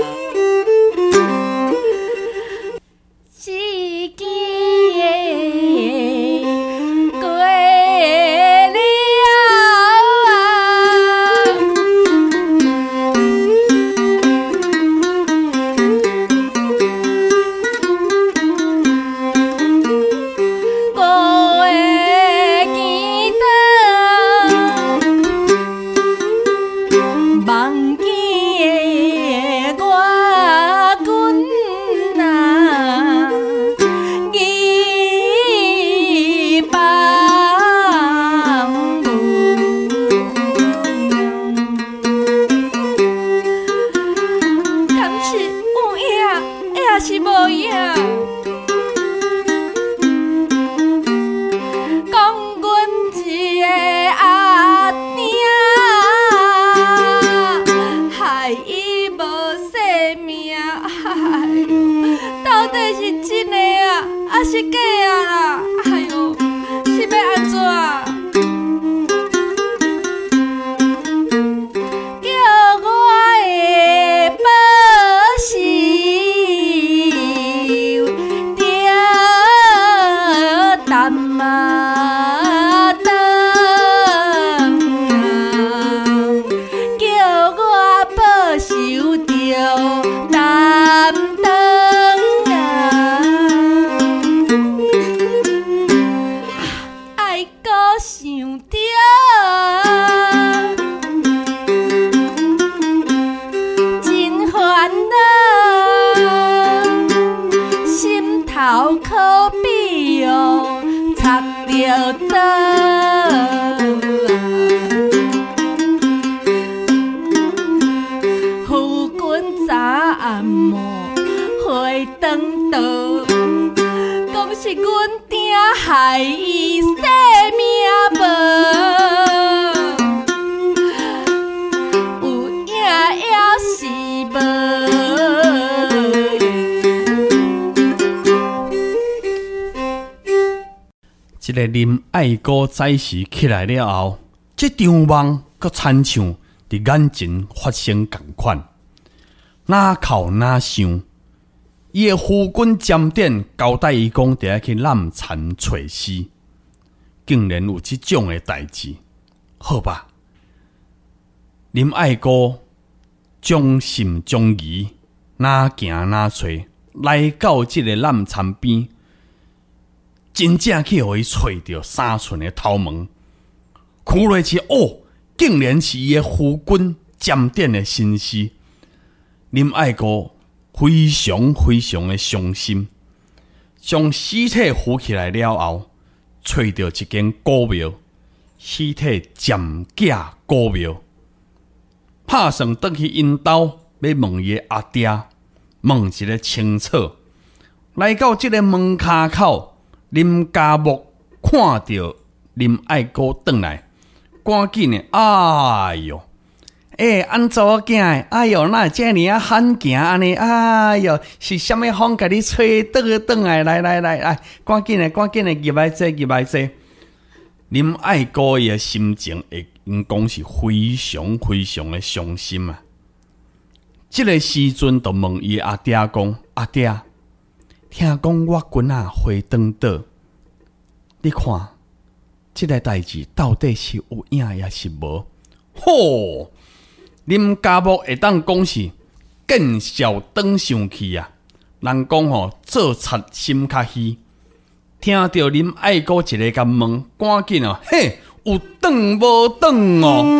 [SPEAKER 4] 只见过了啊，我的记得。忘记的我君啊，义帮母，敢是有影，也是无影？讲阮一个阿弟害伊无性命，哎哟，到底是真的啊，还是假啊啦？哎哟，是要安怎？叫我的报仇着担啊当啊，叫我报仇着担当啊，爱搁想着真烦恼，心头可比哦插着刀。夫君早暗暝回转倒，讲是阮爹害伊性命无，有影也是无。
[SPEAKER 3] 即个林爱哥早时起来了后，即场梦佮亲像伫眼前发生共款，哪哭哪想。伊的夫君检点交代伊讲，得要去揽田找尸，竟然有即种的代志，好吧？林爱哥将信将疑，哪行哪找，来到即个揽田边。真正去互伊找到三寸的头毛，看落去哦，竟然是伊的夫君检点的身尸。林爱哥非常非常的伤心，将尸体扶起来了后，找到一间古庙，尸体暂假古庙，拍算转去因兜要问伊的阿爹，问一个清楚。来到这个门骹口。林家木看到林爱哥转来，赶紧的，哎哟，诶、欸，安怎囝诶？哎哟，哪会遮尔啊罕行安尼？哎哟，是啥物风甲你吹倒转来？来来来来，赶紧的，赶紧的，入来坐，入来坐。林爱哥伊诶心情会因讲是非常非常的伤心啊！即、这个时阵，就问伊阿爹讲：阿爹。 听讲我君啊回转倒，你看，这个代志到底是有影也是无？吼，林家木会当讲是见笑转上去啊！人讲吼，做贼心较虚。听到林爱姑一个甲问，赶紧哦，嘿，有转无转哦？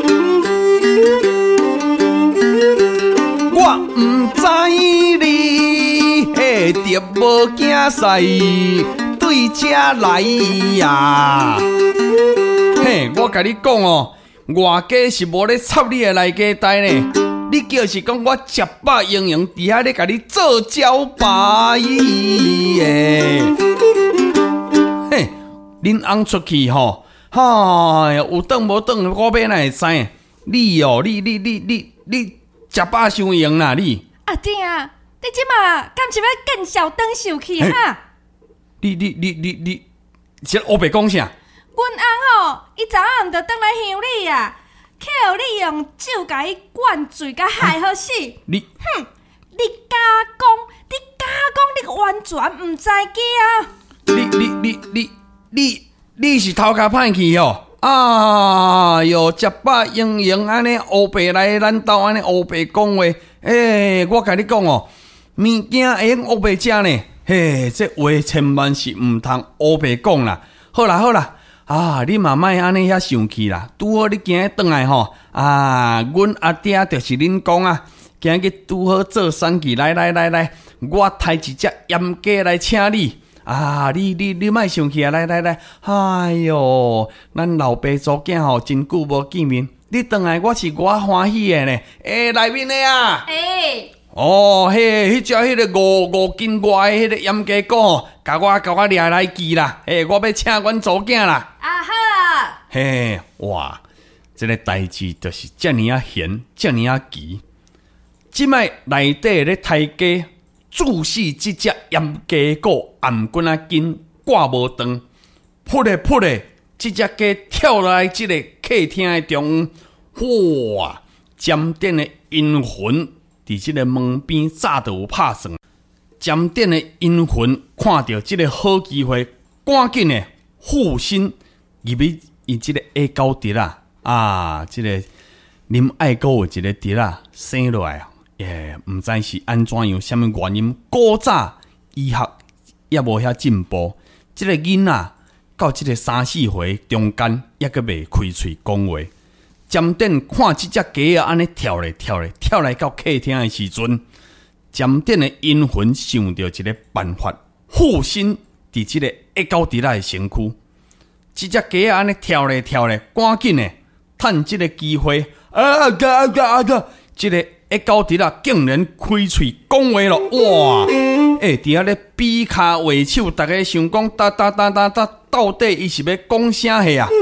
[SPEAKER 3] 我毋知你迄着无惊使对遮来呀！嘿，我甲你讲哦，外家是无咧插你的内家代呢。你就是讲我食饱营营，伫遐咧甲你做招牌耶！嘿，恁翁出去吼，哈，有转无转，我要哪会知？你哦，你你你你你食饱伤营啦，你
[SPEAKER 4] 阿弟啊，你即马敢是要见笑转受去哈？
[SPEAKER 3] 你你你你你，是黑白讲啥？
[SPEAKER 4] 阮翁吼，伊昨暗就转来乡里啊。靠你用酒甲伊灌醉，甲害好死！
[SPEAKER 3] 你
[SPEAKER 4] 哼！你假讲，你假讲，你完全毋知惊。
[SPEAKER 3] 你你你你你你是头壳歹去哦！啊哟，食饱营营安尼黑白来咱兜安尼黑白讲话，诶、欸，我甲你讲哦，物件会用黑白食呢？嘿，这话千万是毋通黑白讲啦！好啦好啦。啊！你嘛莫安尼遐生气啦！拄好你今日转来吼，啊，阮阿爹就是恁讲啊，今日拄好做选举，来来来来，我抬一只盐鸡来请你啊！你你你莫生气啊！来来来，哎哟，咱老爸祖囝吼真久无见面，你转来我是我欢喜的呢。诶、欸，内面的啊，诶、欸，哦，嘿，迄只迄个五五斤外的迄个盐鸡骨，甲我甲我掠来记啦！诶、欸，我要请阮祖囝啦。
[SPEAKER 4] 啊好，
[SPEAKER 3] 嘿，哇！这个代志就是遮尔啊闲，遮尔啊急。即摆内底咧抬价，注视即只盐鸡骨颔棍啊筋挂无长，扑咧扑咧，即只鸡跳来即个客厅的中央，哇！尖顶的阴魂伫即个门边早就有拍算，尖顶的阴魂看到即个好机会，赶紧的护心。入去伊即个下高笛啊，啊，即、这个林爱姑有一个笛啊，生落来，也毋知是安怎样，什么原因？古早医学也无遐进步，即、这个囡仔到即个三四岁中间，也阁未开喙讲话。尖顶看即只鸡啊，安尼跳咧跳咧跳来到客厅的时阵，尖顶的阴魂想到一个办法，附身伫即个下高笛啊的身躯。即只鸡啊，安尼跳咧跳咧，赶紧咧，趁即个机会，啊个啊个啊个，即个一高迪啊，竟然开喙讲话咯，哇！诶、欸，伫遐咧比卡画手，大家想讲，哒哒哒哒哒，到底伊是要讲啥货啊？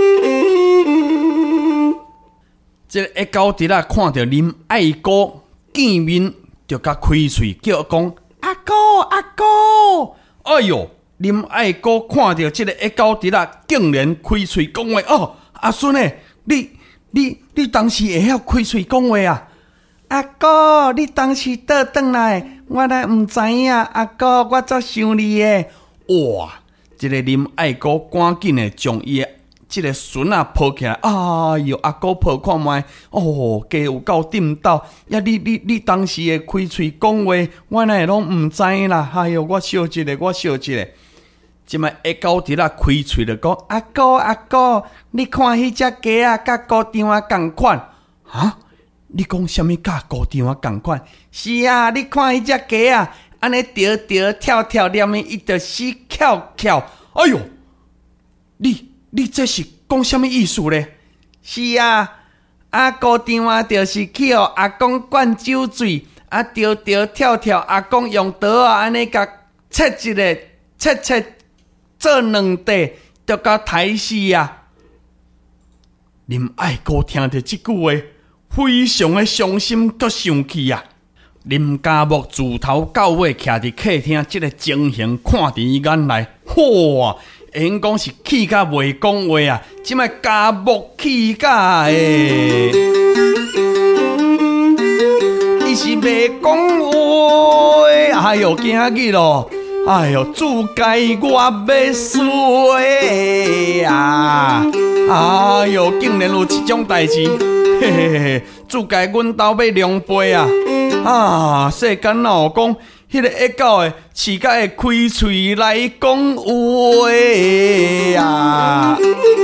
[SPEAKER 3] 即个一高迪啊，看到林爱姑见面，就甲开喙叫讲阿哥阿哥，哎哟！林爱姑看到这个一高迪啊，竟然开嘴讲话哦！阿孙诶，你你你当时会晓开嘴讲话啊？阿哥，你当时倒转来，我来毋知影。阿哥，我足想你诶！哇！这个林爱姑赶紧诶，将伊诶这个孙啊抱起来。哎哟，阿哥抱看觅，哦，家有够顶斗。呀，你你你当时会开嘴讲话，我哪会拢毋知啦？哎哟，我笑一个，我笑一个。即摆下高迪啦，开喙就讲阿哥阿哥，你看迄只鸡啊，甲高场啊共款啊？你讲什么甲高场啊共款？是啊，你看迄只鸡啊，安尼跳跳跳跳，连伊伊就死翘翘。哎哟，你你这是讲什么意思咧？是啊，啊高场啊，就是去互阿公灌酒水，啊跳跳跳跳，阿公用刀啊安尼甲切一个切切。做两地就甲刣死啊！林爱姑听到即句话，非常的伤心佮生气啊！林家木自头到尾徛伫客厅，即个情形看伫伊眼内，哇！因讲是气甲袂讲话啊！即摆家木气甲诶，伊是袂讲话，哎哟，惊去咯！ 哎呦，主该我要衰啊！哎呦，竟然有这种代志，嘿嘿嘿，主该阮兜要量杯啊！啊，世间哪有讲，迄个恶狗的饲甲会开喙来讲话啊！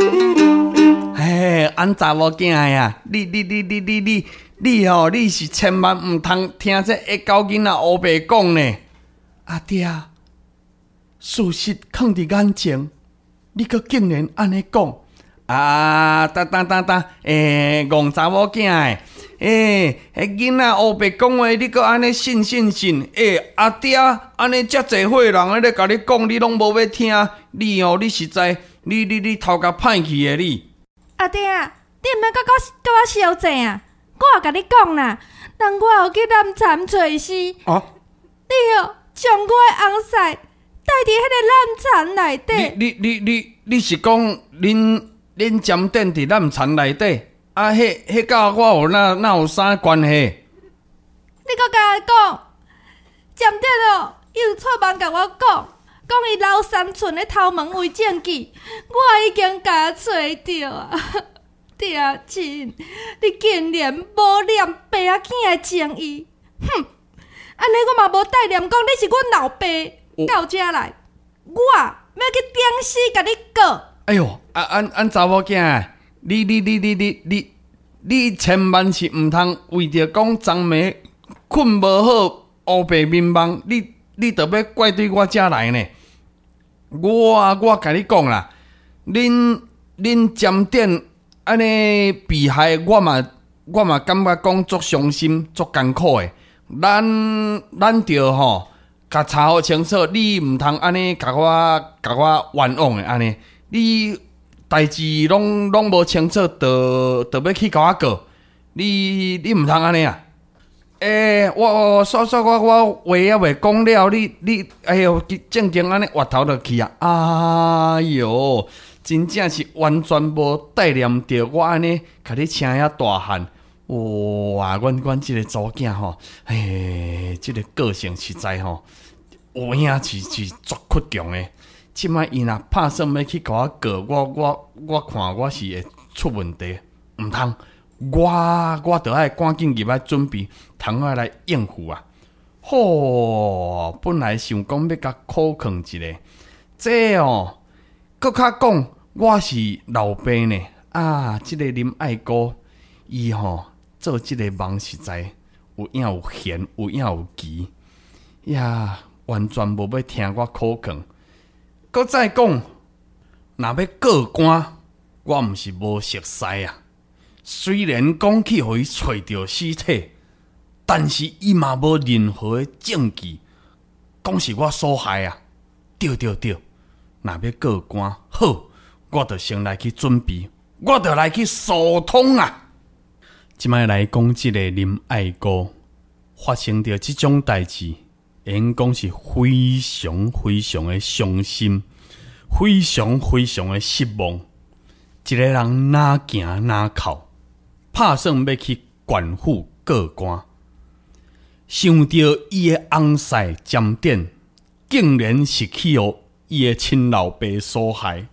[SPEAKER 3] 嘿，俺查某囝呀，你你你你你你你吼，你是千万毋通听这恶狗囡仔乌白讲呢！阿爹。事实放伫眼前，你阁竟然安尼讲啊！等等等等，诶、欸，戆查某囝诶，诶、欸，迄囡仔乌白讲话，你阁安尼信信信？诶、欸，阿爹，安尼遮侪伙人喺咧甲你讲，你拢无要听，你哦，你实在，你你你头壳歹去诶你！
[SPEAKER 4] 阿爹，你毋免甲我甲我相争啊！我甲你讲啦，人我有去南田找死，啊、你哦，将我诶翁婿。带伫迄个烂田内底，
[SPEAKER 3] 你你你你你是讲恁恁尖店伫烂田内底？啊，迄迄甲我有哪哪有啥关系？
[SPEAKER 4] 你搁甲我讲，尖店哦，伊有错网甲我讲，讲伊老三寸咧偷门为证据，我已经甲找着啊！爹亲，你竟然无念爸仔囝的情义，哼！安尼我嘛无带念讲你是阮老爸。到这来，我要去顶死甲你告。
[SPEAKER 3] 哎呦，啊俺俺查某囝，你你你你你你你千万是毋通为着讲昨暝困无好，乌白面梦，你你着要怪对我遮来呢？我我甲你讲啦，恁恁尖店安尼被害，我嘛我嘛感觉讲足伤心、足艰苦诶。咱咱着吼。甲查好清楚，你毋通安尼甲我甲我冤枉诶安尼，你代志拢拢无清楚，着着要去甲我告，你你毋通安尼啊！诶、欸，我我说说我我话也未讲了，你你哎呦，正经安尼滑头落去啊！哎呦，真正是完全无带念着我安尼甲你请遐大汉。哇！阮阮即个祖囝吼，哎，即、这个个性实在吼，有影是是足倔强诶。即摆伊若拍算要去甲我告我，我我看我是会出问题，毋通，我我着爱赶紧入来准备，通啊来应付啊。吼，本来想讲要甲苦劝一下，这哦，搁较讲我是老爸呢。啊，即、这个林爱哥，伊吼。做即个梦实在有影有闲，有影有奇呀，完全无要听我苦劝。搁再讲，若要过关，我毋是无熟悉啊。虽然讲去互伊找着尸体，但是伊嘛无任何的证据，讲是我所害啊。对对对，若要过关，好，我着先来去准备，我着来去疏通啊。即摆来讲，即个林爱哥发生着即种代志，因讲是非常非常的伤心，非常非常的失望。一个人哪行哪哭，拍算要去县府过关，想到伊的翁婿尖店，竟然是去互伊的亲老爸所害。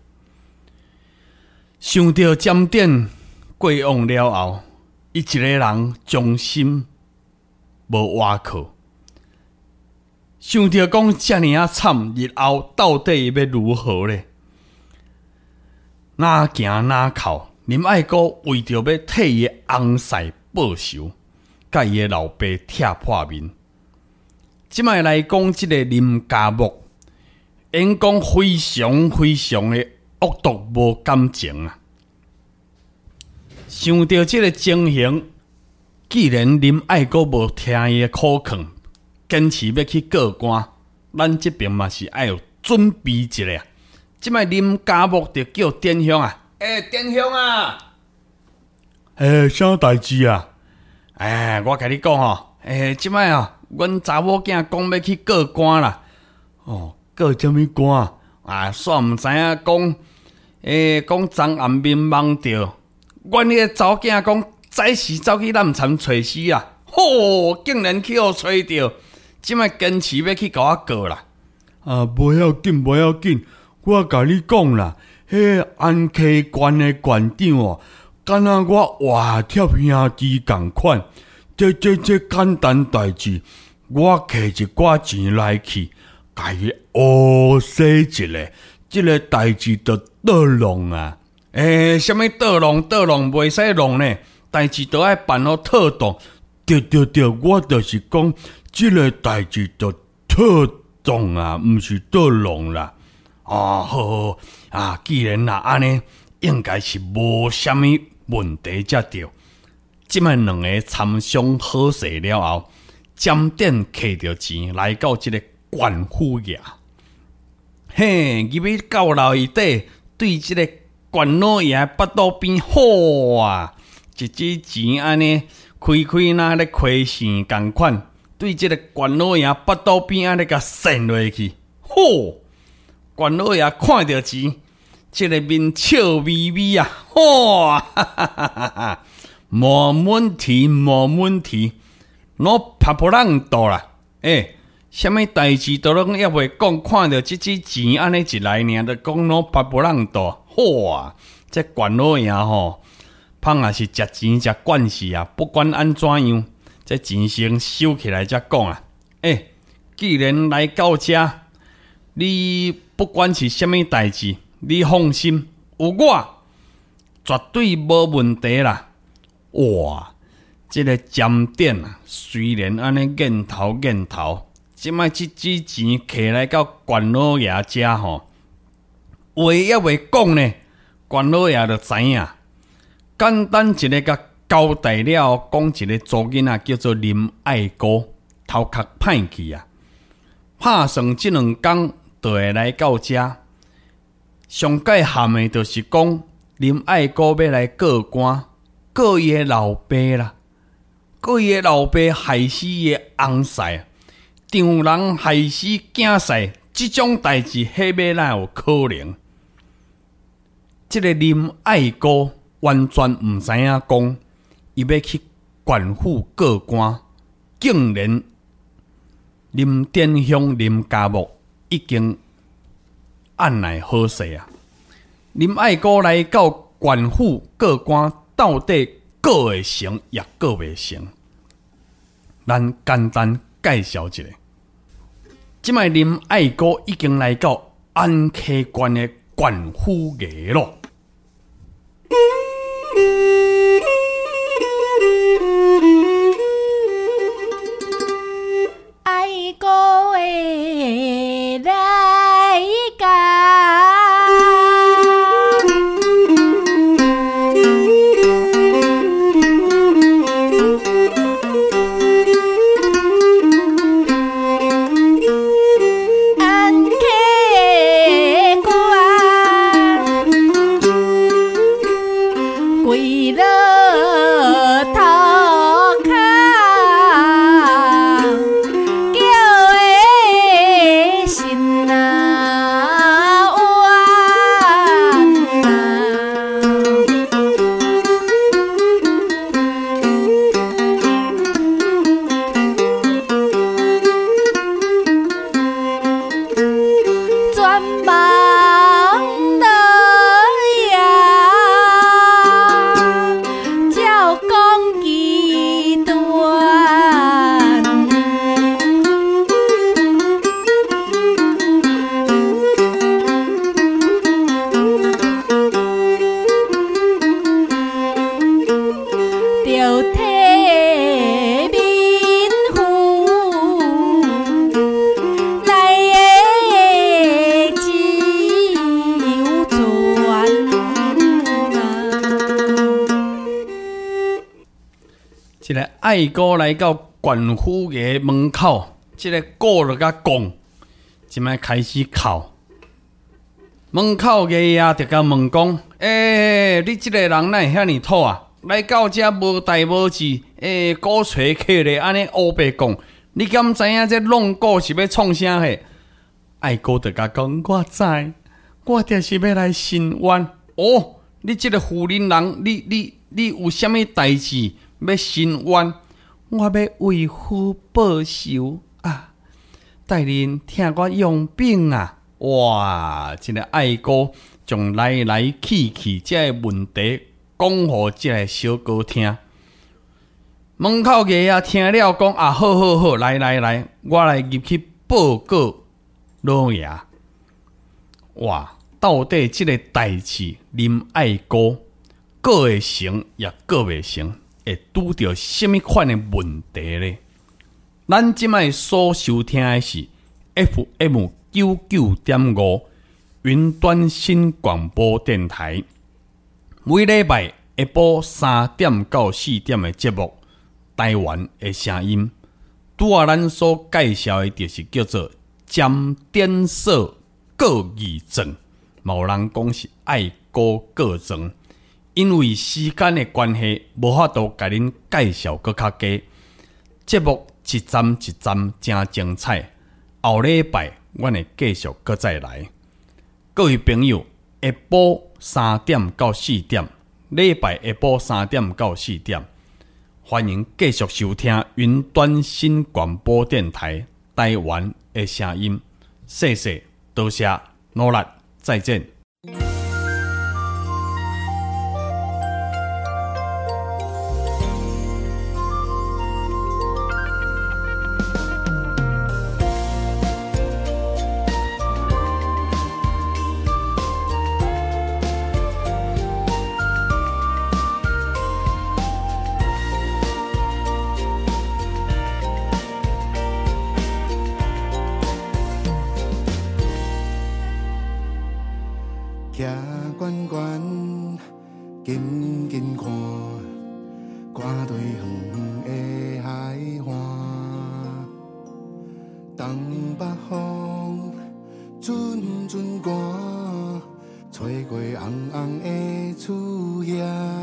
[SPEAKER 3] 想到尖店过往了后，伊一个人忠心无瓦靠，想着讲遮尔啊惨，日后到底要如何呢？哪行哪哭，林爱哥为着要替伊的翁婿报仇，甲伊的老爸拆破面。即摆来讲，即个林家木，因讲非常非常的恶毒无感情啊！想到这个情形，既然林爱哥无听伊的苦劝，坚持要去过关，咱这边嘛是爱有准备一下。即摆林家木就叫典兄啊，诶、欸，典兄啊，诶、欸，啥代志啊？诶、欸，我甲你讲吼，诶、欸，即摆啊，阮查某囝讲要去过关啦。哦，过什么关啊？煞毋知影讲，诶、欸，讲昨暗暝梦着。阮迄个查某囝讲，早时走去南田找死啊！吼，竟然去互找着，即摆坚持要去甲我告啦！ 啊，不要紧，不要紧，我甲你讲啦，迄安溪县的县长哦，敢若我华贴兄弟共款，这这这简单代志，我摕一寡钱来去，甲伊学习一下，这个代志就倒弄啊！诶，什么倒弄倒弄袂使弄呢？代志都爱办好妥当。对对对，我就是讲，这个代志就妥当啊，毋是倒弄啦。哦，好好啊，既然啦安尼，应该是无啥物问题才对。即摆两个参详好势了后，检点摕着钱来到即个县府衙。嘿，入去到楼椅底，对即个县老爷腹肚边好啊，一支钱安尼开开那咧开线共款，对即个县老爷腹肚边安尼甲伸落去，好！县老爷看到钱，即、这个面笑眯眯啊，哇！哈哈哈哈哈！冇问题，冇问题，我拍破浪度啦，诶、欸。什么代志都拢也袂讲，看到即支钱安尼一来呢，就讲拢拍无人多，好啊！这县老爷吼，胖也是食钱食惯势啊，不管安怎样，这钱先收起来才讲啊。诶、欸，既然来到这，你不管是什么代志，你放心，有我绝对无问题啦。哇，这个检点啊，虽然安尼验头验头。即摆即支钱摕来到县老爷遮吼，话也袂讲呢，县老爷就知影。简单一个甲交代了，讲一个查囡仔叫做林爱国，头壳歹去啊，拍算即两工就会来到遮。上界含的就是讲林爱国要来过关，过伊的老爸啦，过伊的老爸害死伊的翁婿。丈人害死囝婿，即种代志，迄尾哪有可能？即、这个林爱国完全毋知影讲，伊要去县府过关，竟然林典香、林家木已经按来好势啊！林爱国来到县府过关，到底过会成，也过袂成？咱简单介绍一下。即摆林爱国已经来到安溪县的县府衙咯。
[SPEAKER 4] 爱国的来到。
[SPEAKER 3] 这个爱国来到县府的门口，这个鼓就甲讲，即摆开始哭。门口的爷就甲问讲：“诶、欸，你这个人哪会遐尼土啊？来到这无代无志，诶、欸，鼓吹客咧，安尼黑白讲，你敢知影这弄鼓是要创啥嘿？”爱国就甲讲：“我知，我就是要来申冤。哦，你这个妇人人，你你你有啥物代志？”要申冤，我要为父报仇啊！ 带恁听我用兵啊！哇，这个爱歌将来来去去这个问题讲互这个小哥听。门口个啊听了讲啊，好好好，来来来，我来入去报告老爷。哇，到底这个代志，林爱歌过会成也过袂成，会拄到什么款的问题呢？咱即摆所收听的是 F M 九九点五云端新广播电台，每礼拜下晡三点到四点的节目。台湾的声音，拄啊，咱所介绍的就是叫做尖点色过二症，某人讲是爱歌过症，因为时间的关系，无法度甲恁介绍搁较加。节目一站一站真精彩，后礼拜阮会继续搁再来。各位朋友，下晡三点到四点，礼拜下晡三点到四点。欢迎继续收听云端新广播电台台湾的声音，谢谢，多谢，努力，再见。
[SPEAKER 5] 骑悬悬，紧紧看，看对远的海岸。东北风，阵阵寒，吹过红红的厝遐。